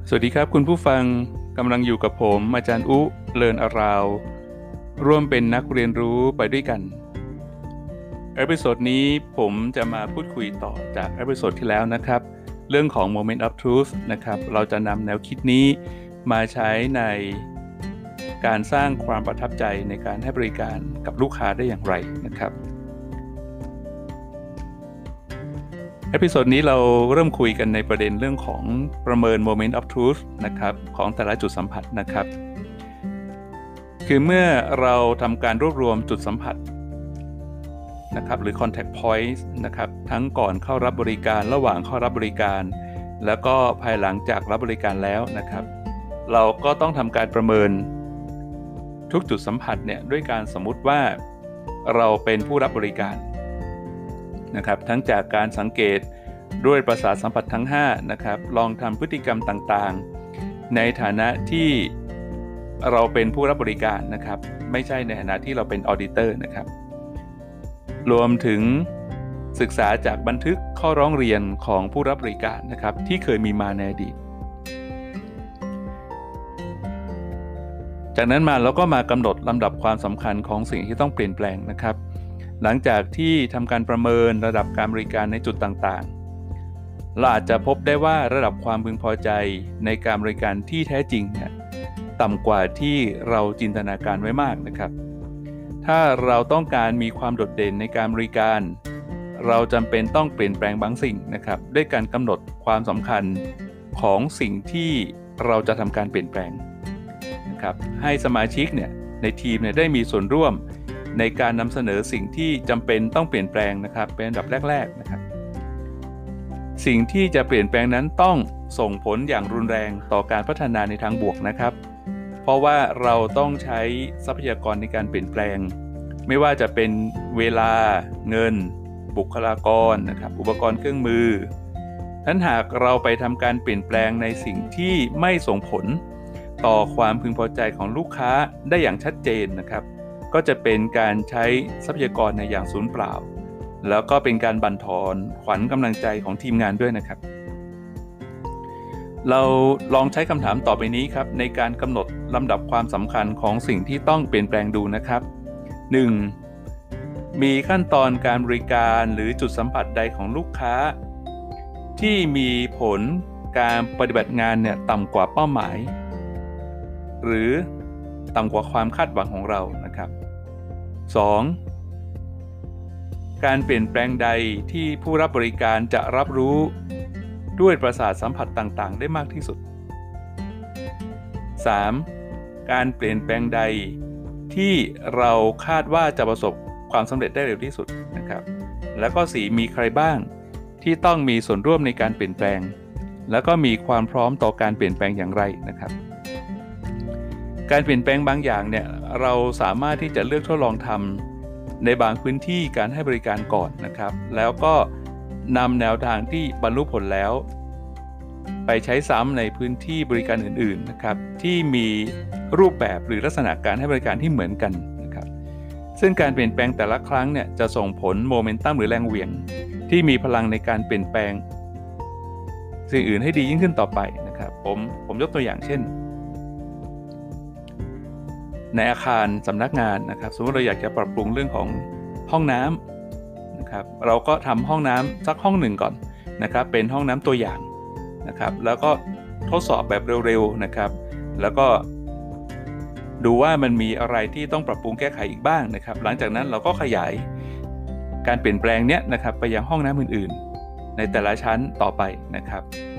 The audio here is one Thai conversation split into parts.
สวัสดีครับคุณผู้ฟังกำลังอยู่กับผมอาจารย์อุเลิร์นอาราวร่วมเป็นนักเรียนรู้ไปด้วยกันเอพิโซดนี้ผมจะมาพูดคุยต่อจากเอพิโซดที่แล้วนะครับเรื่องของ Moment of Truth นะครับเราจะนำแนวคิดนี้มาใช้ในการสร้างความประทับใจในการให้บริการกับลูกค้าได้อย่างไรนะครับเอพิโซดนี้เราเริ่มคุยกันในประเด็นเรื่องของประเมิน Moment of Truth นะครับของแต่ละจุดสัมผัสนะครับคือเมื่อเราทำการรวบรวมจุดสัมผัสนะครับหรือ contact points นะครับทั้งก่อนเข้ารับบริการระหว่างเข้ารับบริการแล้วก็ภายหลังจากรับบริการแล้วนะครับเราก็ต้องทำการประเมินทุกจุดสัมผัสเนี่ยด้วยการสมมุติว่าเราเป็นผู้รับบริการนะครับทั้งจากการสังเกตด้วยประสาทสัมผัสทั้ง5นะครับลองทำพฤติกรรมต่างๆในฐานะที่เราเป็นผู้รับบริการนะครับไม่ใช่ในฐานะที่เราเป็นออดิเตอร์นะครับรวมถึงศึกษาจากบันทึกข้อร้องเรียนของผู้รับบริการนะครับที่เคยมีมาในอดีตจากนั้นมาเราก็มากำหนดลำดับความสำคัญของสิ่งที่ต้องเปลี่ยนแปลงนะครับหลังจากที่ทำการประเมินระดับการบริการในจุดต่างๆเราอาจจะพบได้ว่าระดับความพึงพอใจในการบริการที่แท้จริงเนี่ยต่ำกว่าที่เราจินตนาการไว้มากนะครับถ้าเราต้องการมีความโดดเด่นในการบริการเราจำเป็นต้องเปลี่ยนแปลงบางสิ่งนะครับด้วยการกำหนดความสำคัญของสิ่งที่เราจะทำการเปลี่ยนแปลงนะครับให้สมาชิกเนี่ยในทีมเนี่ยได้มีส่วนร่วมในการนำเสนอสิ่งที่จำเป็นต้องเปลี่ยนแปลงนะครับเป็นอันดับแรกๆนะครับสิ่งที่จะเปลี่ยนแปลงนั้นต้องส่งผลอย่างรุนแรงต่อการพัฒนาในทางบวกนะครับเพราะว่าเราต้องใช้ทรัพยากรในการเปลี่ยนแปลงไม่ว่าจะเป็นเวลาเงินบุคลากรนะครับอุปกรณ์เครื่องมือนั้นหากเราไปทำการเปลี่ยนแปลงในสิ่งที่ไม่ส่งผลต่อความพึงพอใจของลูกค้าได้อย่างชัดเจนนะครับก็จะเป็นการใช้ทรัพยากรในอย่างสูญเปล่าแล้วก็เป็นการบั่นทอนขวัญกำลังใจของทีมงานด้วยนะครับเราลองใช้คำถามต่อไปนี้ครับในการกำหนดลำดับความสำคัญของสิ่งที่ต้องเปลี่ยนแปลงดูนะครับ 1. มีขั้นตอนการบริการหรือจุดสัมผัสใดของลูกค้าที่มีผลการปฏิบัติงานเนี่ยต่ำกว่าเป้าหมายหรือต่ำกว่าความคาดหวังของเรานะครับ 2. การเปลี่ยนแปลงใดที่ผู้รับบริการจะรับรู้ด้วยประสาทสัมผัสต่างๆได้มากที่สุด 3. การเปลี่ยนแปลงใดที่เราคาดว่าจะประสบความสำเร็จได้เร็วที่สุดนะครับแล้วก็ 4. มีใครบ้างที่ต้องมีส่วนร่วมในการเปลี่ยนแปลงแล้วก็มีความพร้อมต่อการเปลี่ยนแปลงอย่างไรนะครับการเปลี่ยนแปลงบางอย่างเนี่ยเราสามารถที่จะเลือกทดลองทำในบางพื้นที่การให้บริการก่อนนะครับแล้วก็นำแนวทางที่บรรลุผลแล้วไปใช้ซ้ำในพื้นที่บริการอื่นๆนะครับที่มีรูปแบบหรือลักษณะการให้บริการที่เหมือนกันนะครับซึ่งการเปลี่ยนแปลงแต่ละครั้งเนี่ยจะส่งผลโมเมนตัมหรือแรงเหวี่ยงที่มีพลังในการเปลี่ยนแปลงสิ่งอื่นให้ดียิ่งขึ้นต่อไปนะครับผมยกตัวอย่างเช่นในอาคารสำนักงานนะครับสมมติเราอยากจะปรับปรุงเรื่องของห้องน้ำนะครับเราก็ทำห้องน้ำสักห้องหนึ่งก่อนนะครับเป็นห้องน้ำตัวอย่างนะครับแล้วก็ทดสอบแบบเร็วๆนะครับแล้วก็ดูว่ามันมีอะไรที่ต้องปรับปรุงแก้ไขอีกบ้างนะครับหลังจากนั้นเราก็ขยายการเปลี่ยนแปลงเนี้ยนะครับไปยังห้องน้ำอื่นๆในแต่ละชั้นต่อไปนะครับ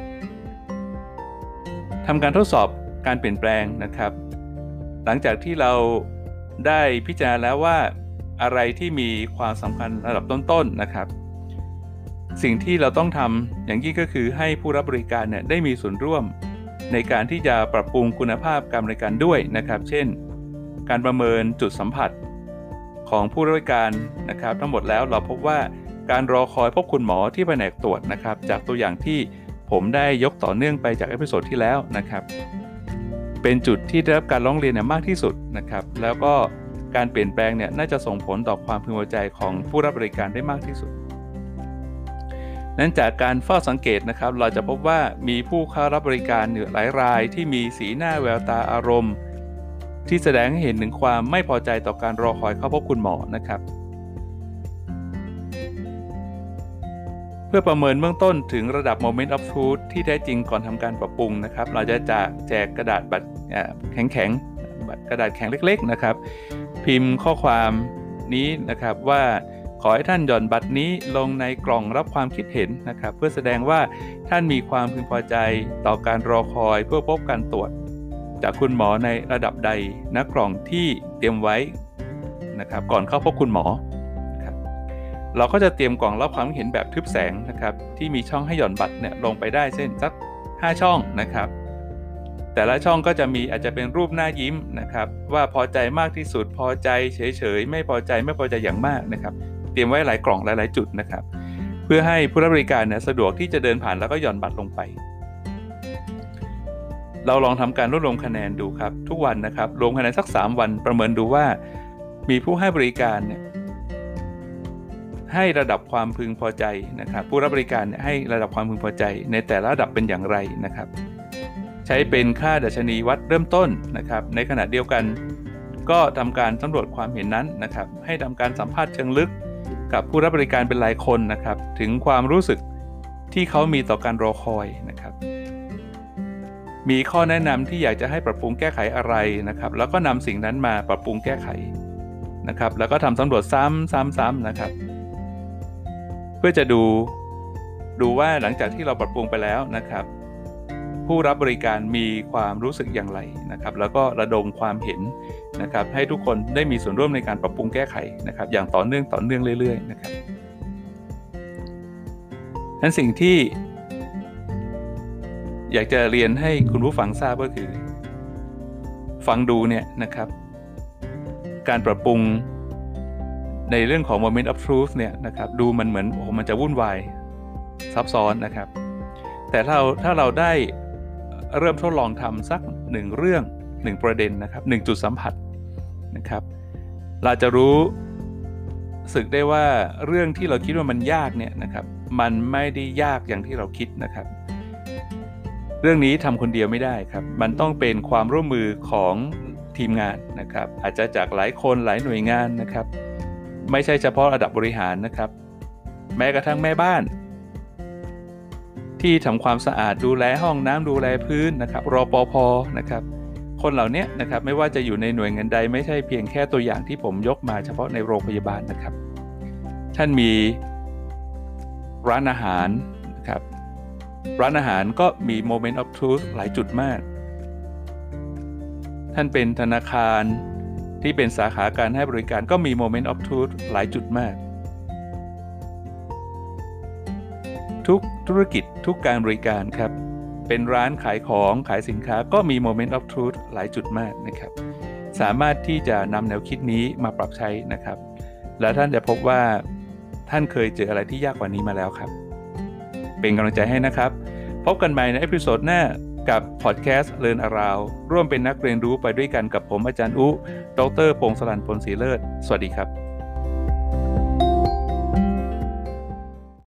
ทำการทดสอบการเปลี่ยนแปลงนะครับหลังจากที่เราได้พิจารณาแล้วว่าอะไรที่มีความสำคัญระดับต้นๆนะครับสิ่งที่เราต้องทำอย่างยิ่งก็คือให้ผู้รับบริการเนี่ยได้มีส่วนร่วมในการที่จะปรับปรุงคุณภาพการบริการด้วยนะครับเช่นการประเมินจุดสัมผัสของผู้รับบริการนะครับทั้งหมดแล้วเราพบว่าการรอคอยพบคุณหมอที่แผนกตรวจนะครับจากตัวอย่างที่ผมได้ยกต่อเนื่องไปจากเอพิโซดที่แล้วนะครับเป็นจุดที่ได้รับการร้องเรียนมากที่สุดนะครับแล้วก็การเปลี่ยนแปลงเนี่ยน่าจะส่งผลต่อความพึงพอใจของผู้รับบริการได้มากที่สุดนั้นจากการเฝ้าสังเกตนะครับเราจะพบว่ามีผู้เข้ารับบริการหลายรายที่มีสีหน้าแววตาอารมณ์ที่แสดงให้เห็นถึงความไม่พอใจต่อการรอคอยเข้าพบคุณหมอนะครับเพื่อประเมินเบื้องต้นถึงระดับ Moment of Truth ที่แท้จริงก่อนทำการปรับปรุงนะครับเราจะแจกกระดาษบัตรแข็งกระดาษแข็งเล็กๆนะครับพิมพ์ข้อความนี้นะครับว่าขอให้ท่านหย่อนบัตรนี้ลงในกล่องรับความคิดเห็นนะครับเพื่อแสดงว่าท่านมีความพึงพอใจต่อการรอคอยเพื่อพบการตรวจจากคุณหมอในระดับใดณกล่องที่เตรียมไว้นะครับก่อนเข้าพบคุณหมอครับเราก็จะเตรียมกล่องรับความคิดเห็นแบบทึบแสงนะครับที่มีช่องให้หย่อนบัตรเนี่ยลงไปได้เช่นสัก5ช่องนะครับแต่ละช่องก็จะมีอาจจะเป็นรูปหน้ายิ้มนะครับว่าพอใจมากที่สุดพอใจเฉยๆไม่พอใจอย่างมากนะครับเตรียมไว้หลายกล่องหลายจุดนะครับเพื่อให้ผู้รับบริการเนี่ยสะดวกที่จะเดินผ่านแล้วก็หย่อนบัตรลงไปเราลองทำการรวบรวมคะแนนดูครับทุกวันนะครับรวมคะแนนสัก3วันประเมินดูว่ามีผู้ให้บริการเนี่ยให้ระดับความพึงพอใจนะครับผู้รับบริการเนี่ยให้ระดับความพึงพอใจในแต่ละระดับเป็นอย่างไรนะครับใช้เป็นค่าดัชนีวัดเริ่มต้นนะครับในขณะเดียวกันก็ทำการสำรวจความเห็นนั้นนะครับให้ทำการสัมภาษณ์เชิงลึกกับผู้รับบริการเป็นรายคนนะครับถึงความรู้สึกที่เขามีต่อการรอคอยนะครับมีข้อแนะนำที่อยากจะให้ปรับปรุงแก้ไขอะไรนะครับแล้วก็นำสิ่งนั้นมาปรับปรุงแก้ไขนะครับแล้วก็ทำสำรวจซ้ำนะครับเพื่อจะดูว่าหลังจากที่เราปรับปรุงไปแล้วนะครับผู้รับบริการมีความรู้สึกอย่างไรนะครับแล้วก็ระดมความเห็นนะครับให้ทุกคนได้มีส่วนร่วมในการปรับปรุงแก้ไขนะครับอย่างต่อเนื่องเรื่อยๆนะครับนั้นสิ่งที่อยากจะเรียนให้คุณผู้ฟังทราบก็คือฟังดูเนี่ยนะครับการปรับปรุงในเรื่องของ Moment of Truth เนี่ยนะครับดูมันเหมือนมันจะวุ่นวายซับซ้อนนะครับแต่ถ้าเราได้เริ่มทดลองทำสัก1เรื่อง1ประเด็นนะครับ1จุดสัมผัสนะครับเราจะรู้สึกได้ว่าเรื่องที่เราคิดว่ามันยากเนี่ยนะครับมันไม่ได้ยากอย่างที่เราคิดนะครับเรื่องนี้ทำคนเดียวไม่ได้ครับมันต้องเป็นความร่วมมือของทีมงานนะครับอาจจะจากหลายคนหลายหน่วยงานนะครับไม่ใช่เฉพาะระดับบริหารนะครับแม้กระทั่งแม่บ้านที่ทำความสะอาดดูแลห้องน้ำดูแลพื้นนะครับรปภ.นะครับคนเหล่านี้นะครับไม่ว่าจะอยู่ในหน่วยงานใดไม่ใช่เพียงแค่ตัวอย่างที่ผมยกมาเฉพาะในโรงพยาบาลนะครับท่านมีร้านอาหารนะครับร้านอาหารก็มี Moment of Truth หลายจุดมากท่านเป็นธนาคารที่เป็นสาขาการให้บริการก็มี Moment of Truth หลายจุดมากทุกธุรกิจทุกการบริการครับเป็นร้านขายของขายสินค้าก็มี Moment of Truth หลายจุดมากนะครับสามารถที่จะนำแนวคิดนี้มาปรับใช้นะครับและท่านจะพบว่าท่านเคยเจออะไรที่ยากกว่านี้มาแล้วครับเป็นกำลังใจให้นะครับพบกันใหม่ในเอพิโซดหน้ากับพอดแคสต์ Learn Around ร่วมเป็นนักเรียนรู้ไปด้วยกันกับผมอาจารย์อุดร.พงษ์สรัญ พลศรีเลิศสวัสดีครับ